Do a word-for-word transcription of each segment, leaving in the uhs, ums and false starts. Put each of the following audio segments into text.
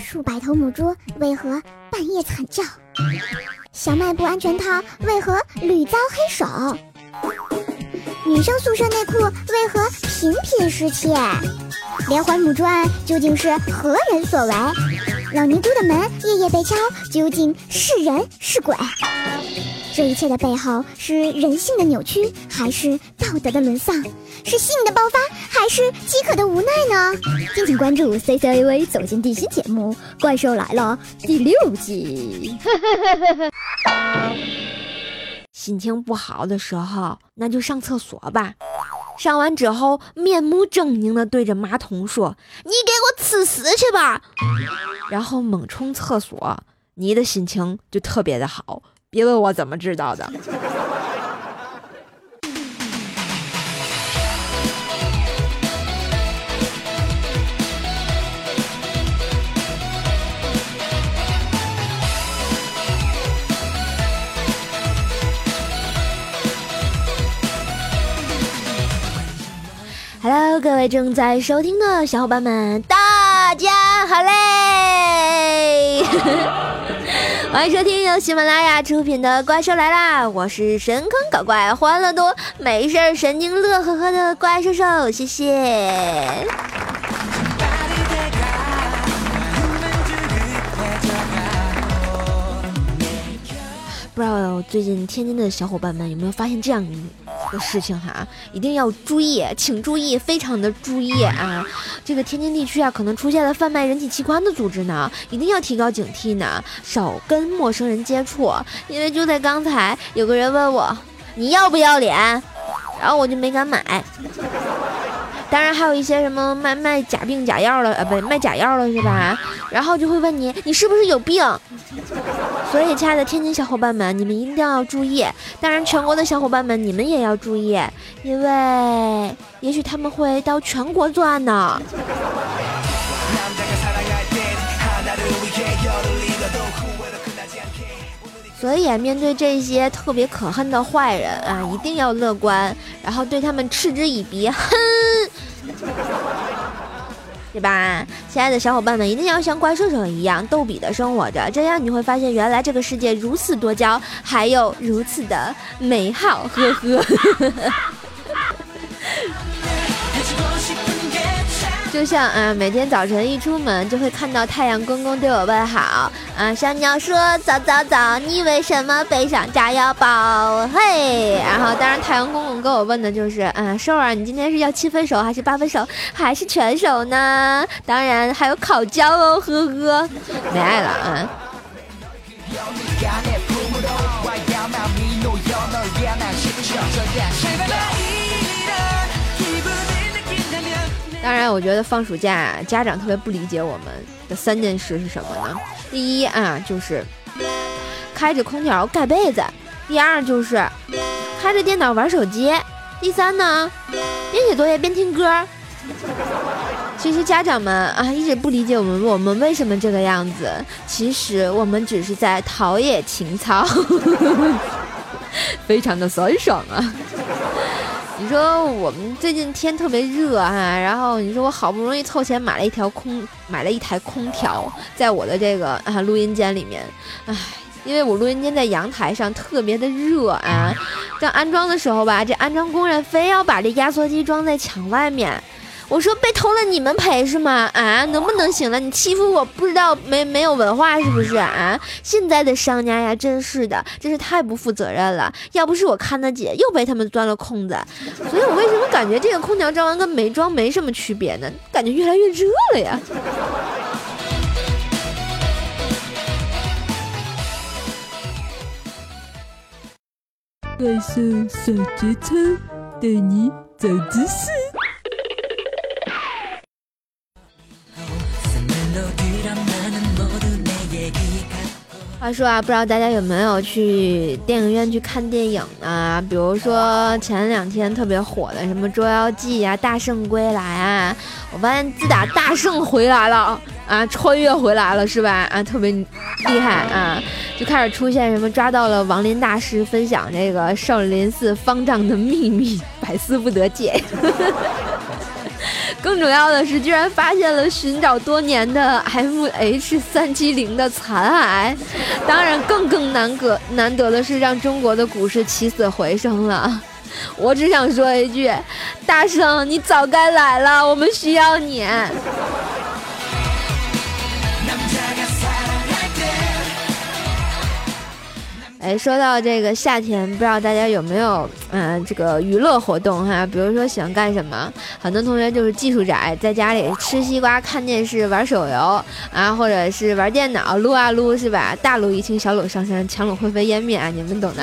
数百头母猪为何半夜惨叫？小卖部安全套为何屡遭黑手？女生宿舍内裤为何频频失窃？连环母猪案究竟是何人所为？老尼姑的门夜夜被敲，究竟是人是鬼？这一切的背后是人性的扭曲，还是道德的沦丧？是性的爆发，还是饥渴的无奈呢？敬请关注 C C A V 走进地心节目《怪兽来了》第六集。 心情不好的时候，那就上厕所吧。上完之后，面目狰狞地对着马桶说：“你给我吃屎去吧！”然后猛冲厕所，你的心情就特别的好。别问我怎么知道的。Hello， 各位正在收听的小伙伴们，大家好嘞！欢迎收听由喜马拉雅出品的《怪兽来啦》，我是神坑搞怪、欢乐多、没事神经乐呵呵的怪兽兽，谢谢。不知道最近天津的小伙伴们有没有发现这样一个事情哈，一定要注意，请注意，非常的注意啊！这个天津地区啊，可能出现了贩卖人体器官的组织呢，一定要提高警惕呢，少跟陌生人接触。因为就在刚才，有个人问我你要不要脸，然后我就没敢买。当然还有一些什么卖卖假病假药了，呃，不卖假药了是吧？然后就会问你，你是不是有病？所以，亲爱的天津小伙伴们，你们一定要注意。当然，全国的小伙伴们，你们也要注意，因为也许他们会到全国作案呢。所以啊，面对这些特别可恨的坏人啊，一定要乐观，然后对他们嗤之以鼻，哼，对吧？亲爱的小伙伴们，一定要像怪兽兽一样逗比的生活着，这样你会发现原来这个世界如此多娇，还有如此的美好，呵呵。就像啊，每天早晨一出门就会看到太阳公公对我问好啊，小鸟说早早早，你为什么背上炸药包？嘿，然后当然太阳公公跟我问的就是啊，兽儿，你今天是要七分熟还是八分熟还是全熟呢？当然还有烤焦哦，呵呵，没爱了啊。当然我觉得放暑假家长特别不理解我们的三件事是什么呢？第一啊，就是开着空调盖被子；第二就是开着电脑玩手机；第三呢，边写作业边听歌。其实家长们啊一直不理解我们我们为什么这个样子，其实我们只是在陶冶情操。非常的酸爽啊。你说我们最近天特别热啊，然后你说我好不容易凑钱买了一条空买了一台空调，在我的这个啊录音间里面，唉，因为我录音间在阳台上，特别的热啊。刚安装的时候吧，这安装工人非要把这压缩机装在墙外面。我说被偷了你们赔是吗？啊，能不能行了？你欺负我不知道没没有文化是不是啊？现在的商家呀，真是的，真是太不负责任了。要不是我看得紧，又被他们钻了空子。所以我为什么感觉这个空调装完跟没装没什么区别呢？感觉越来越热了呀。 怪兽小节操，带你走知识。 话说啊，不知道大家有没有去电影院去看电影呢？比如说前两天特别火的什么《捉妖记》啊，《大圣归来》啊，我发现自打大圣回来了啊，穿越回来了是吧？啊，特别厉害啊，就开始出现什么抓到了王林大师分享这个少林寺方丈的秘密，百思不得解。 更重要的是，居然发现了寻找多年的 M H 三七零的残骸。当然，更更难得难得的是，让中国的股市起死回生了。我只想说一句，大圣，你早该来了，我们需要你。哎，说到这个夏天，不知道大家有没有嗯、呃、这个娱乐活动哈？比如说喜欢干什么？很多同学就是技术宅，在家里吃西瓜、看电视、玩手游啊，或者是玩电脑撸啊撸，是吧？大撸一清，小撸上山，强撸灰飞烟灭啊，你们懂的。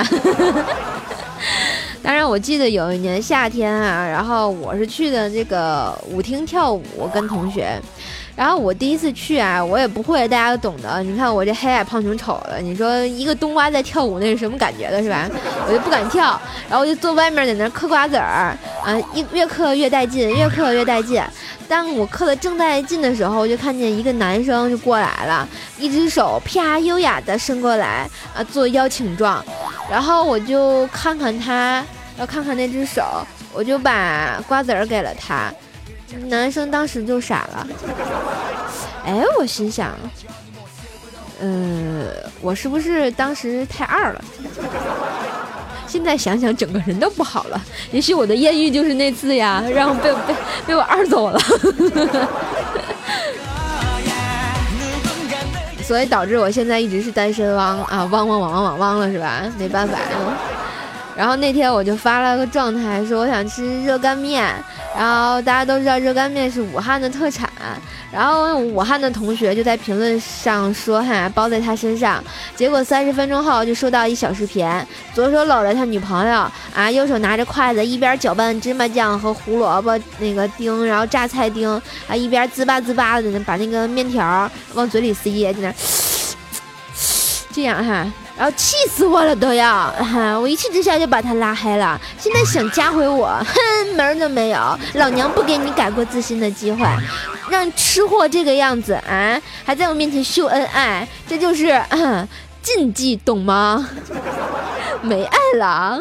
当然，我记得有一年夏天啊，然后我是去的这个舞厅跳舞，跟同学。然后我第一次去啊，我也不会，大家都懂的。你看我这黑矮胖穷丑的，你说一个冬瓜在跳舞，那是什么感觉的，是吧？我就不敢跳，然后我就坐外面在那嗑瓜子儿，啊，一越嗑越带劲，越嗑越带劲。当我嗑的正带劲的时候，我就看见一个男生就过来了，一只手啪优雅的伸过来，啊，做邀请状，然后我就看看他，要看看那只手，我就把瓜子儿给了他。男生当时就傻了，哎，我心想，呃，我是不是当时太二了？现在想想，整个人都不好了。也许我的艳遇就是那次呀，让我被被被我二走了，所以导致我现在一直是单身汪啊，汪汪汪汪汪汪了，是吧？没办法。然后那天我就发了个状态，说我想吃热干面，然后大家都知道热干面是武汉的特产，然后武汉的同学就在评论上说哈，包在他身上。结果三十分钟后就收到一小视频，左手搂着他女朋友啊，右手拿着筷子，一边搅拌芝麻酱和胡萝卜那个丁，然后榨菜丁啊，一边滋吧滋吧的把那个面条往嘴里塞，在那这样哈。然后气死我了都要，哈！我一气之下就把他拉黑了。现在想加回我，哼，门都没有！老娘不给你改过自新的机会，让吃货这个样子啊，还在我面前秀恩爱，这就是、嗯、禁忌，懂吗？没爱了。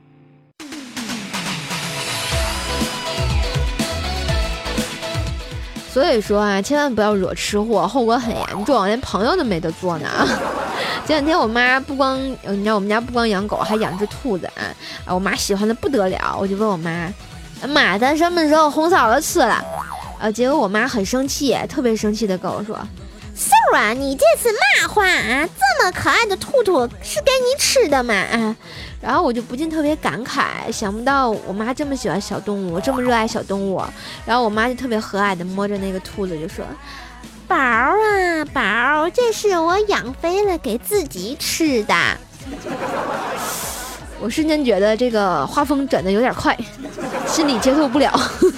所以说啊，千万不要惹吃货，后果很严重，连朋友都没得做呢。前两天我妈不光，你知道我们家不光养狗，还养只兔子啊！啊，我妈喜欢的不得了，我就问我妈，妈，咱什么时候红烧了吃了？啊，结果我妈很生气，特别生气的跟我说：“ 秀啊，你这是嘛话啊？这么可爱的兔兔是给你吃的吗？”啊， 然后我就不禁特别感慨，想不到我妈这么喜欢小动物，这么热爱小动物。然后我妈就特别和蔼的摸着那个兔子就说：“ 宝啊宝，这是我养肥了给自己吃的。” 我瞬间觉得这个画风转的有点快，心里接受不了。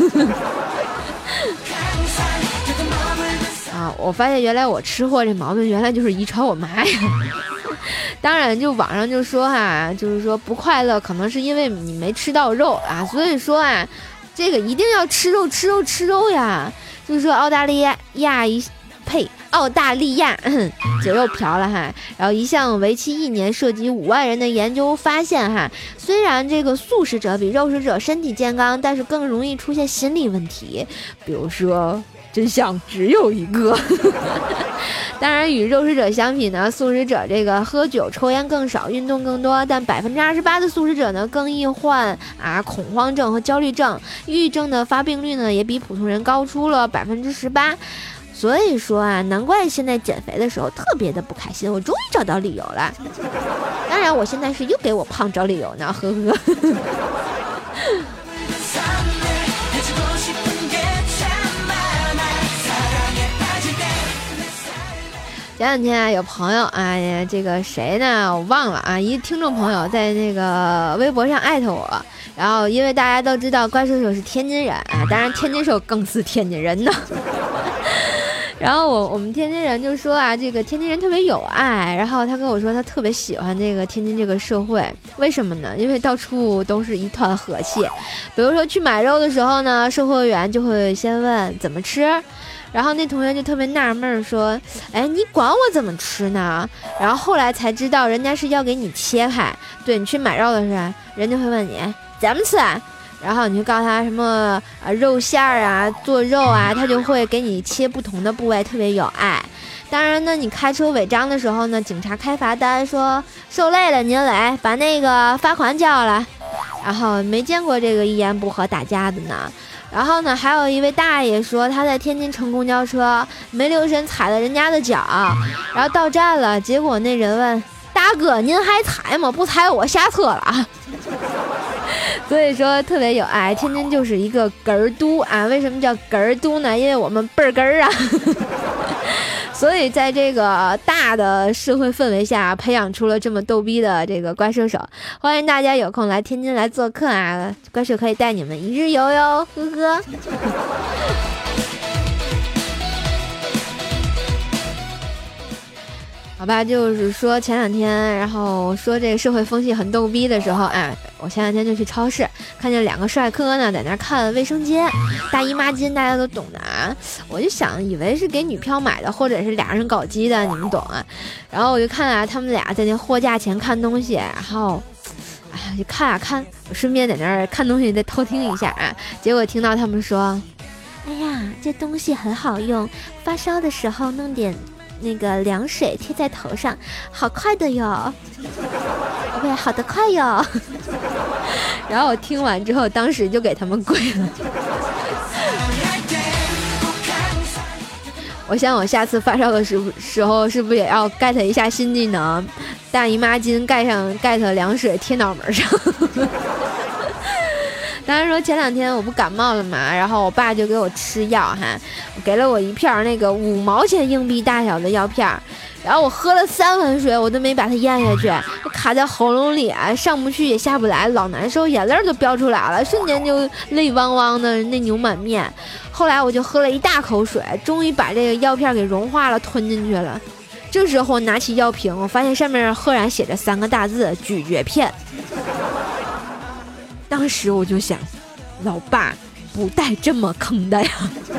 啊，我发现原来我吃货这毛病原来就是遗传我妈呀。当然就网上就说哈、啊，就是说不快乐可能是因为你没吃到肉啊，所以说啊，这个一定要吃肉吃肉吃肉呀。就是说澳大利亚一呸澳大利亚酒肉瓢了哈。然后一项为期一年涉及五万人的研究发现哈，虽然这个素食者比肉食者身体健康，但是更容易出现心理问题，比如说真相只有一个。当然与肉食者相比呢，素食者这个喝酒抽烟更少，运动更多，但百分之二十八的素食者呢更易患啊恐慌症和焦虑症，抑郁症的发病率呢也比普通人高出了百分之十八。所以说啊，难怪现在减肥的时候特别的不开心，我终于找到理由了。当然我现在是又给我胖找理由呢，呵呵。前两天啊，有朋友啊，这个谁呢？我忘了啊，一听众朋友在那个微博上艾特我，然后因为大家都知道怪兽手是天津人啊，当然天津手更是天津人呢。然后我我们天津人就说啊，这个天津人特别有爱，然后他跟我说他特别喜欢这个天津这个社会，为什么呢？因为到处都是一团和气。比如说去买肉的时候呢，售货员就会先问怎么吃。然后那同学就特别纳闷说，哎，你管我怎么吃呢？然后后来才知道人家是要给你切开。对，你去买肉的时候人家会问你怎么吃啊， 然后你就告诉他什么啊肉馅儿啊做肉啊，他就会给你切不同的部位，特别有爱。当然呢，你开车违章的时候呢，警察开罚单说受累了您来把那个罚款交了，然后没见过这个一言不合打架的呢。然后呢，还有一位大爷说他在天津乘公交车没留神踩了人家的脚，然后到站了，结果那人问大哥您还踩吗？不踩我下车了啊。所以说特别有爱，天津就是一个哏儿都啊。为什么叫哏儿都呢？因为我们倍儿哏儿啊。所以在这个大的社会氛围下，培养出了这么逗逼的这个怪兽手。欢迎大家有空来天津来做客啊，怪兽可以带你们一日游哟，呵呵。好吧，就是说前两天，然后说这个社会风气很逗逼的时候，哎，我前两天就去超市，看见两个帅哥呢在那看卫生间，大姨妈巾大家都懂的啊，我就想以为是给女票买的，或者是俩人搞基的，你们懂啊。然后我就看啊，他们俩在那货架前看东西，然后，哎呀，就看啊看，我顺便在那儿看东西再偷听一下啊，结果听到他们说，哎呀，这东西很好用，发烧的时候弄点那个凉水贴在头上，好快的哟，不对，好的快哟。然后我听完之后，当时就给他们跪了。我想我下次发烧的时时候，是不是也要 get 一下新技能，大姨妈巾盖上 get 凉水贴脑门上？当然说前两天我不感冒了嘛，然后我爸就给我吃药哈，给了我一片那个五毛钱硬币大小的药片，然后我喝了三碗水，我都没把它咽下去，卡在喉咙里啊，上不去也下不来，老难受，眼泪都飙出来了，瞬间就泪汪汪的，那牛满面。后来我就喝了一大口水，终于把这个药片给融化了，吞进去了。这时候拿起药瓶，我发现上面赫然写着三个大字：咀嚼片。当时我就想，老爸不带这么坑的呀。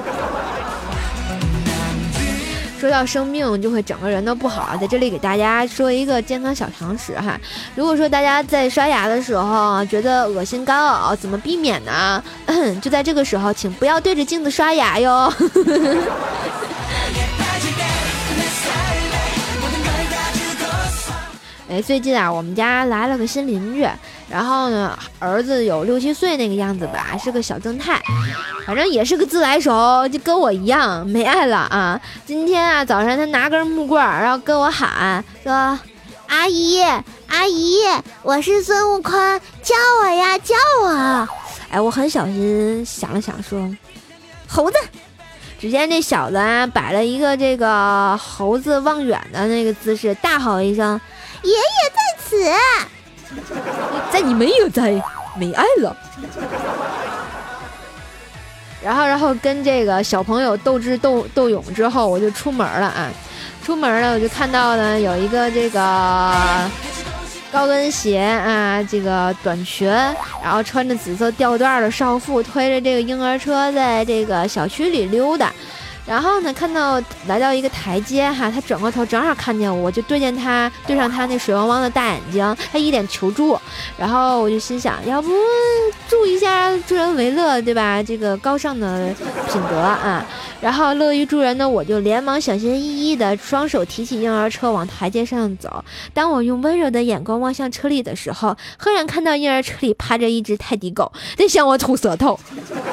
说到生病就会整个人都不好啊，在这里给大家说一个健康小常识哈。如果说大家在刷牙的时候觉得恶心干呕，怎么避免呢？就在这个时候，请不要对着镜子刷牙哟。哎，最近啊，我们家来了个新邻居，然后呢，儿子有六七岁那个样子吧，是个小正太，反正也是个自来熟，就跟我一样没爱了啊。今天啊，早上他拿根木棍，然后跟我喊说：“阿姨，阿姨，我是孙悟空，叫我呀，叫我。”哎，我很小心想了想说：“猴子。”只见这小子啊，摆了一个这个猴子望远的那个姿势，大吼一声：“爷爷在此！”在你没有在，没爱了。然后，然后跟这个小朋友斗智斗斗勇之后，我就出门了啊。出门了，我就看到呢有一个这个高跟鞋啊，这个短裙，然后穿着紫色吊带的少妇推着这个婴儿车在这个小区里溜达。然后呢，看到来到一个台阶哈，他转过头正好看见我，我就对见他，对上他那水汪汪的大眼睛，他一脸求助。然后我就心想，要不助一下，助人为乐，对吧？这个高尚的品德啊。然后乐于助人的我就连忙小心翼翼的双手提起婴儿车往台阶上走。当我用温柔的眼光望向车里的时候，赫然看到婴儿车里趴着一只泰迪狗，在向我吐舌头。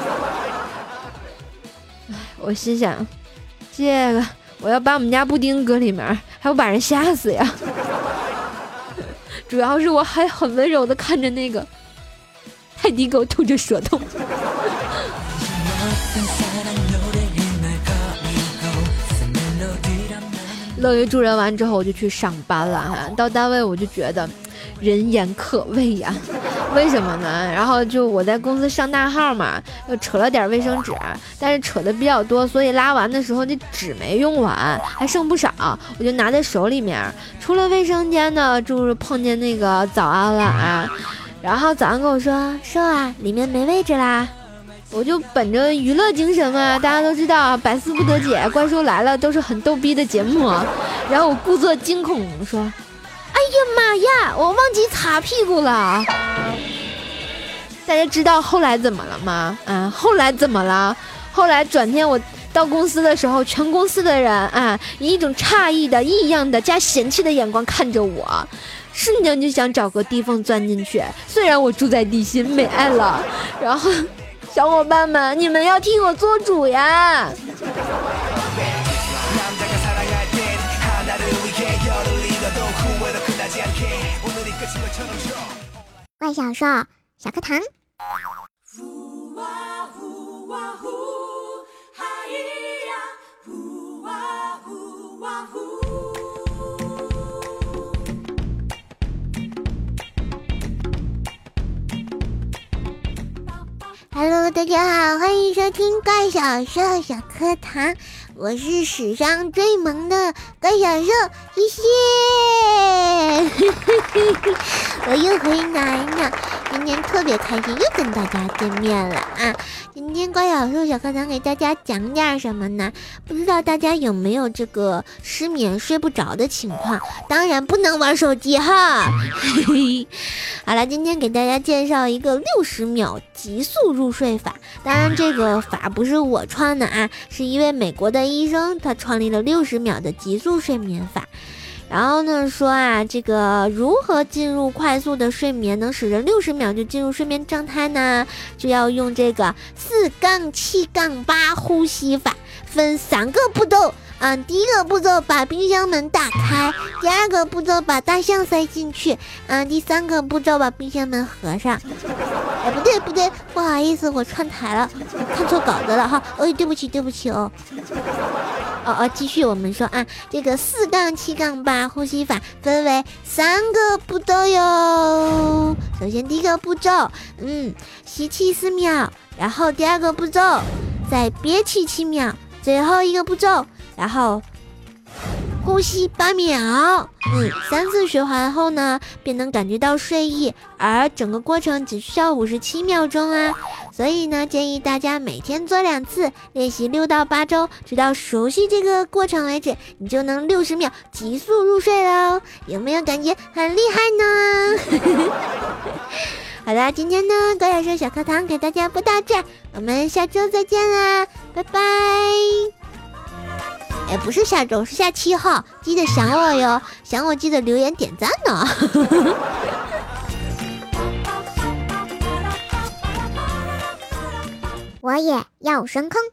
我心想，这个我要把我们家布丁搁里面，还不把人吓死呀？主要是我还很温柔的看着那个泰迪狗吐着舌头。乐于助人完之后，我就去上班了哈。到单位我就觉得人言可畏呀。为什么呢？然后就我在公司上大号嘛，又扯了点卫生纸，但是扯的比较多，所以拉完的时候那纸没用完，还剩不少，我就拿在手里面。出了卫生间呢，就是碰见那个早安了啊，然后早安跟我说说啊，里面没位置啦。我就本着娱乐精神嘛，大家都知道百思不得解，怪兽来了都是很逗逼的节目，然后我故作惊恐说，哎呀妈呀，我忘记擦屁股了。 大家知道后来怎么了吗？啊，后来怎么了？后来转天我到公司的时候，全公司的人啊，以一种诧异的、异样的加嫌弃的眼光看着我，瞬间就想找个地缝钻进去。虽然我住在地心，没爱了，然后小伙伴们，你们要替我做主呀！ 怪小兽小课堂。Hello， 大家好，欢迎收听怪小兽小课堂，我是史上最萌的怪小兽，谢谢。我又回来了，今天特别开心，又跟大家见面了啊！今天怪小兽小课堂给大家讲点什么呢？不知道大家有没有这个失眠睡不着的情况？当然不能玩手机哈。好了，今天给大家介绍一个六十秒急速入睡法。当然这个法不是我创的啊，是一位美国的医生，他创立了六十秒的急速睡眠法。然后呢说啊，这个如何进入快速的睡眠，能使人六十秒就进入睡眠状态呢？就要用这个四杠七杠八呼吸法，分三个步骤。嗯，第一个步骤把冰箱门打开，第二个步骤把大象塞进去，嗯，第三个步骤把冰箱门合上。哎，不对不对，不好意思，我串台了，看错稿子了哈。哎，对不起对不起哦。哦哦，继续我们说啊，这个四杠七杠八呼吸法分为三个步骤哟。首先第一个步骤，嗯，吸气四秒，然后第二个步骤再憋气七秒，最后一个步骤，然后呼吸八秒，嗯，三次循环后呢，便能感觉到睡意，而整个过程只需要五十七秒钟啊。所以呢，建议大家每天做两次，练习六到八周，直到熟悉这个过程为止，你就能六十秒急速入睡喽。有没有感觉很厉害呢？好啦，今天呢，怪小兽小课堂给大家播到这儿，我们下周再见啦，拜拜。哎，不是下周，是下七号，记得想我哟，想我记得留言点赞呢。我也要深坑。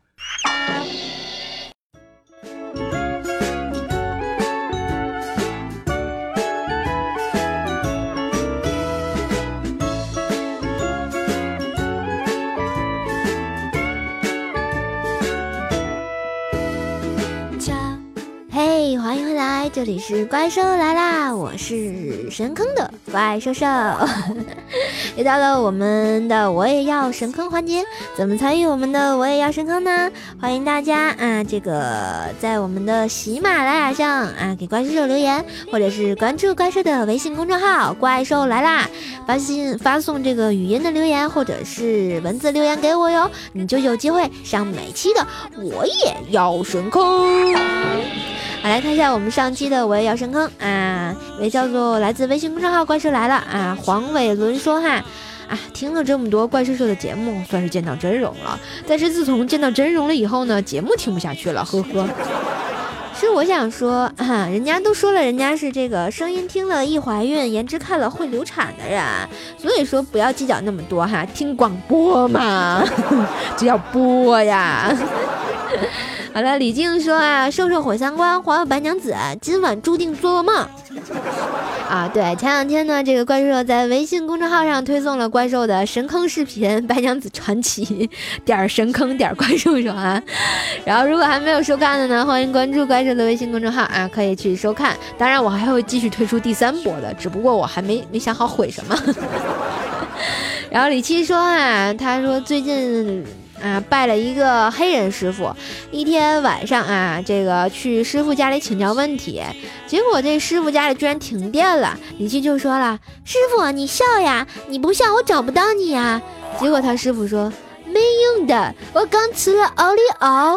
嘿，欢迎回来，这里是怪兽来啦，我是神坑的怪兽兽。又到了我们的我也要神坑环节，怎么参与我们的我也要神坑呢？欢迎大家啊，这个在我们的喜马拉雅上啊给怪兽兽留言，或者是关注怪兽的微信公众号怪兽来啦，发信发送这个语音的留言或者是文字留言给我哟，你就有机会上每期的我也要神坑。好，来看一下我们上期的我也要深坑啊，一位叫做来自微信公众号怪兽来了啊，黄伟伦说哈啊，听了这么多怪兽兽的节目，算是见到真容了，但是自从见到真容了以后呢，节目听不下去了，呵呵。是我想说啊，人家都说了，人家是这个声音听了易怀孕，颜值看了会流产的人，所以说不要计较那么多哈，听广播嘛，只要播呀。好了，李静说啊，瘦瘦毁三观，皇后白娘子今晚注定做噩梦。啊，对，前两天呢，这个怪兽在微信公众号上推送了怪兽的神坑视频《白娘子传奇》点神坑点怪兽手啊。然后如果还没有收看的呢，欢迎关注怪兽的微信公众号啊，可以去收看。当然，我还会继续推出第三波的，只不过我还没没想好毁什么。然后李七说啊，他说最近啊拜了一个黑人师傅，一天晚上啊这个去师傅家里请教问题，结果这师傅家里居然停电了。李七就说了，师傅你笑呀，你不笑我找不到你呀。结果他师傅说，没用的，我刚吃了奥利奥。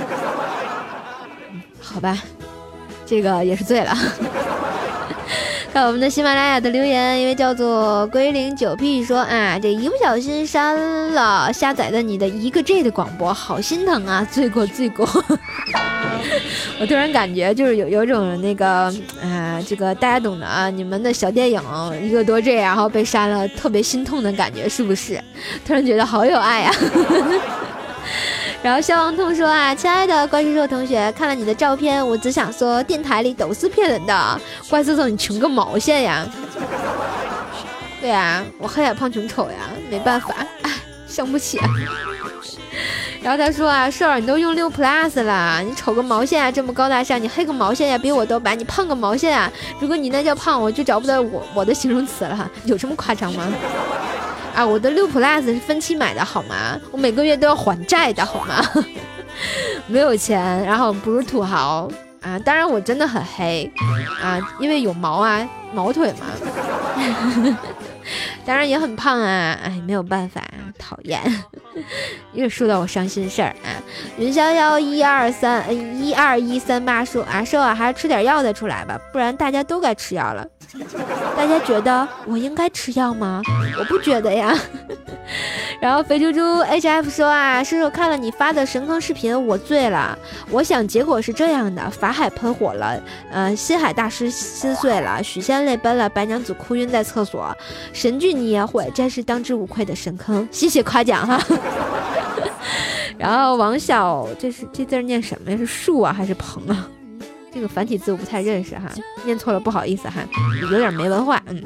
好吧，这个也是醉了。 看我们的喜马拉雅的留言，一位叫做归零九 P 说啊，这一不小心删了下载的你的一个 G 的广播，好心疼啊，罪过罪过。我突然感觉就是有有种那个啊、呃，这个大家懂的啊，你们的小电影一个多 G 然后被删了，特别心痛的感觉，是不是？突然觉得好有爱啊。然后消亡痛说啊，亲爱的怪兽兽同学，看了你的照片，我只想说电台里都是骗人的，怪兽兽你穷个毛线呀。对啊，我黑矮胖穷丑呀，没办法，哎，伤不起啊。然后他说啊，瘦儿你都用六 plus 了，你丑个毛线啊，这么高大上，你黑个毛线呀，比我都白，你胖个毛线啊，如果你那叫胖，我就找不到我我的形容词了，有这么夸张吗？啊，我的六 plus 是分期买的好吗？我每个月都要还债的好吗？没有钱，然后不是土豪啊，当然我真的很黑啊，因为有毛啊，毛腿嘛。当然也很胖啊，哎，没有办法，讨厌，又说到我伤心事儿啊。云逍遥一二三一二一三八说啊，瘦啊，还是吃点药再出来吧，不然大家都该吃药了。大家觉得我应该吃药吗？我不觉得呀。然后肥猪猪 H F 说啊，叔叔看了你发的神坑视频，我醉了。我想结果是这样的：法海喷火了，呃，西海大师心碎了，许仙泪奔了，白娘子哭晕在厕所。神剧你也会，真是当之无愧的神坑，谢谢夸奖哈。然后王小，这是这字念什么呀？是树啊还是鹏啊？这个繁体字我不太认识哈，念错了不好意思哈，有点没文化。嗯。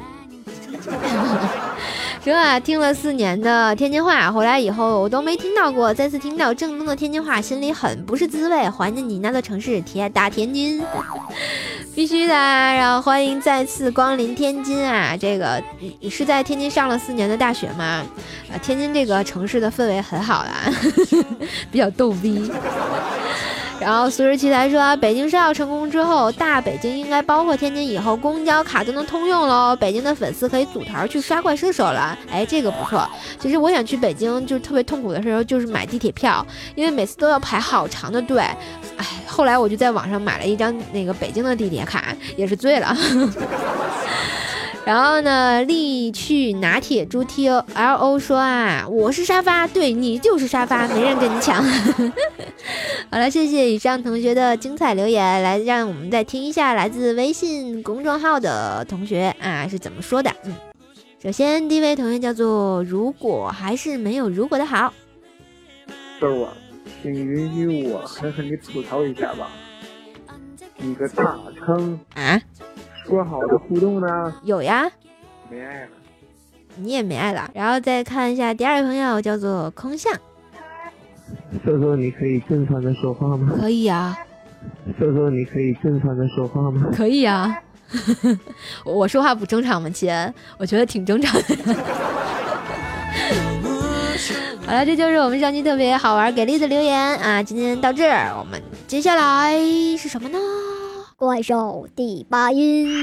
说啊，听了四年的天津话，回来以后我都没听到过，再次听到正宗的天津话，心里很不是滋味。怀念你那座城市，铁大天津，必须的。然后欢迎再次光临天津啊！这个你是在天津上了四年的大学吗？啊，天津这个城市的氛围很好啦，比较逗逼。然后苏十七才说，北京申奥成功之后，大北京应该包括天津，以后公交卡都能通用喽。北京的粉丝可以组团去刷怪射手了，哎，这个不错。其实我想去北京，就是特别痛苦的时候，就是买地铁票，因为每次都要排好长的队。哎，后来我就在网上买了一张那个北京的地铁卡，也是醉了。然后呢，力去拿铁猪 T O L O 说啊，我是沙发，对你就是沙发，没人跟你抢。好了，谢谢以上同学的精彩留言，来让我们再听一下来自微信公众号的同学啊是怎么说的。嗯，首先第一位同学叫做如果还是没有如果的好。 豆啊，请允许我狠狠地吐槽一下吧，你个大坑啊！ 说好的互动呢？ 有呀， 没爱了， 你也没爱了。然后再看一下第二位朋友叫做空相。 瘦瘦，你可以正常的说话吗？ 可以啊。 瘦瘦，你可以正常的说话吗？ 可以啊。我说话不正常吗亲？我觉得挺正常的。好了，这就是我们上期特别好玩给力的留言啊！今天到这儿，我们接下来是什么呢？ 怪兽第八音。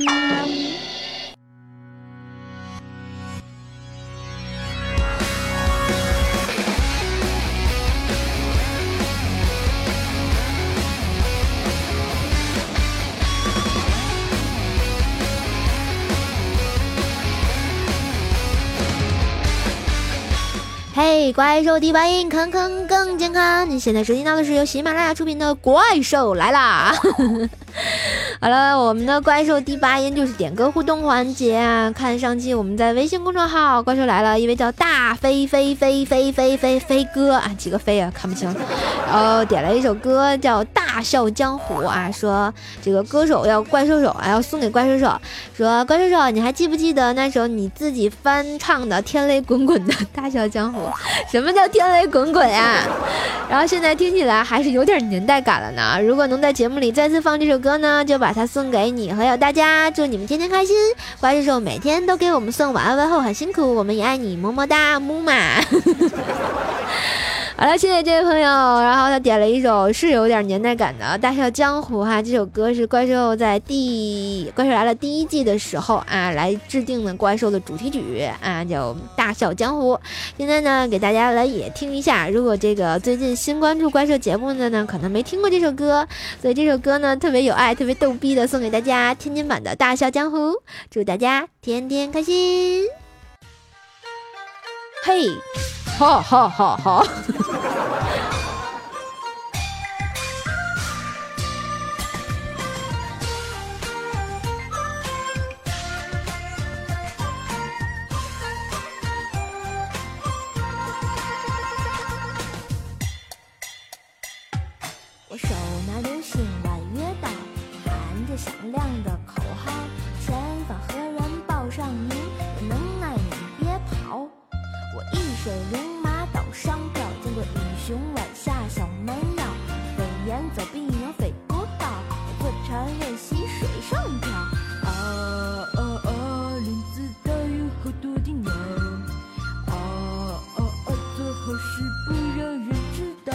嘿，怪兽第八音，坑坑更健康。你现在收听到的是由喜马拉雅出品的《怪兽来啦》。好了，我们的怪兽第八音就是点歌互动环节啊。看上期我们在微信公众号怪兽来了，一位叫大飞飞飞飞飞飞飞哥啊，几个飞啊看不清，然后点了一首歌叫《大笑江湖》啊，说这个歌手要怪兽手啊，要送给怪兽手，说怪兽手你还记不记得那首你自己翻唱的天雷滚滚的大笑江湖？什么叫天雷滚滚呀？然后现在听起来还是有点年代感了呢。如果能在节目里再次放这首歌呢，就把它送给你和有大家，祝你们天天开心。怪兽手每天都给我们送晚安问候，很辛苦，我们也爱你，么么哒，木马。 好了，谢谢这位朋友，然后他点了一首是有点年代感的《大笑江湖》哈，这首歌是怪兽在第怪兽来了第一季的时候啊来制定的怪兽的主题曲啊，叫《大笑江湖》。现在呢，给大家来也听一下，如果这个最近新关注怪兽节目的呢，可能没听过这首歌，所以这首歌呢特别有爱、特别逗逼的，送给大家天津版的《大笑江湖》，祝大家天天开心。嘿，好好好好。 我手拿流星弯月刀，喊着响亮的口号，前方何人报上名，有能耐你别跑。我一水龙马刀上飘，见过英雄弯下小蛮腰，飞檐走壁能飞不到，我坐船练习水上漂。啊啊啊！林子大有好多的鸟，啊啊啊！做好事不让人知道。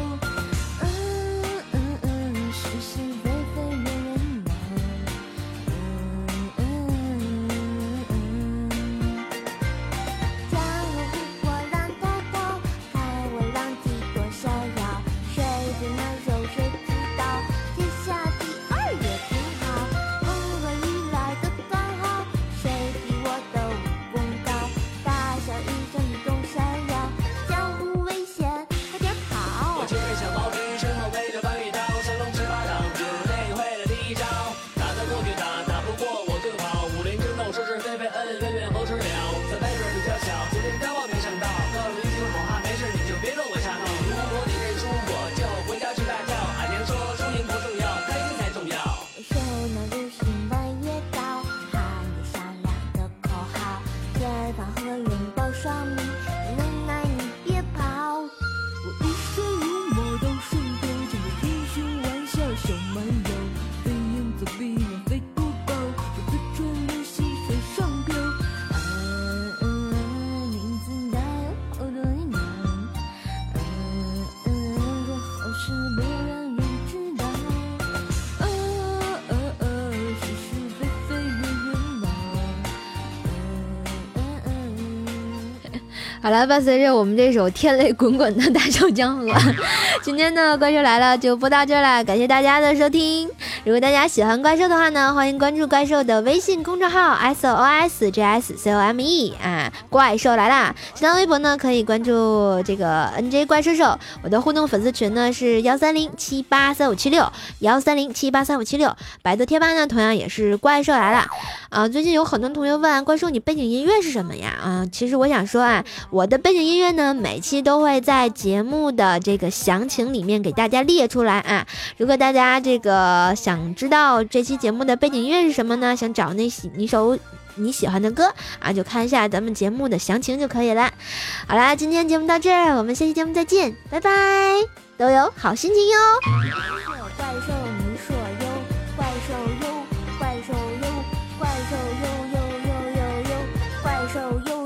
好了，伴随着我们这首天雷滚滚的大笑江湖，今天的怪兽来了就播到这儿了，感谢大家的收听。如果大家喜欢怪兽的话呢，欢迎关注怪兽的微信公众号 S O O S J S C O M E 啊，怪兽来啦！新浪微博呢可以关注这个 N J 怪兽手，我的互动粉丝群呢是幺三零七八三五七六幺三零七八三五七六，百度贴吧呢同样也是怪兽来了啊。最近有很多同学问怪兽你背景音乐是什么呀？啊，其实我想说啊。我的背景音乐呢，每期都会在节目的这个详情里面给大家列出来啊。如果大家这个想知道这期节目的背景音乐是什么呢？想找那一首你喜欢的歌啊，就看一下咱们节目的详情就可以了。好啦，今天节目到这儿，我们下期节目再见，拜拜，都有好心情哟。 怪兽你说哟，怪兽哟，怪兽哟，怪兽哟哟哟哟哟，怪兽哟。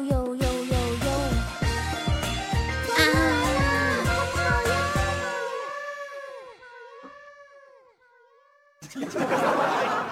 啊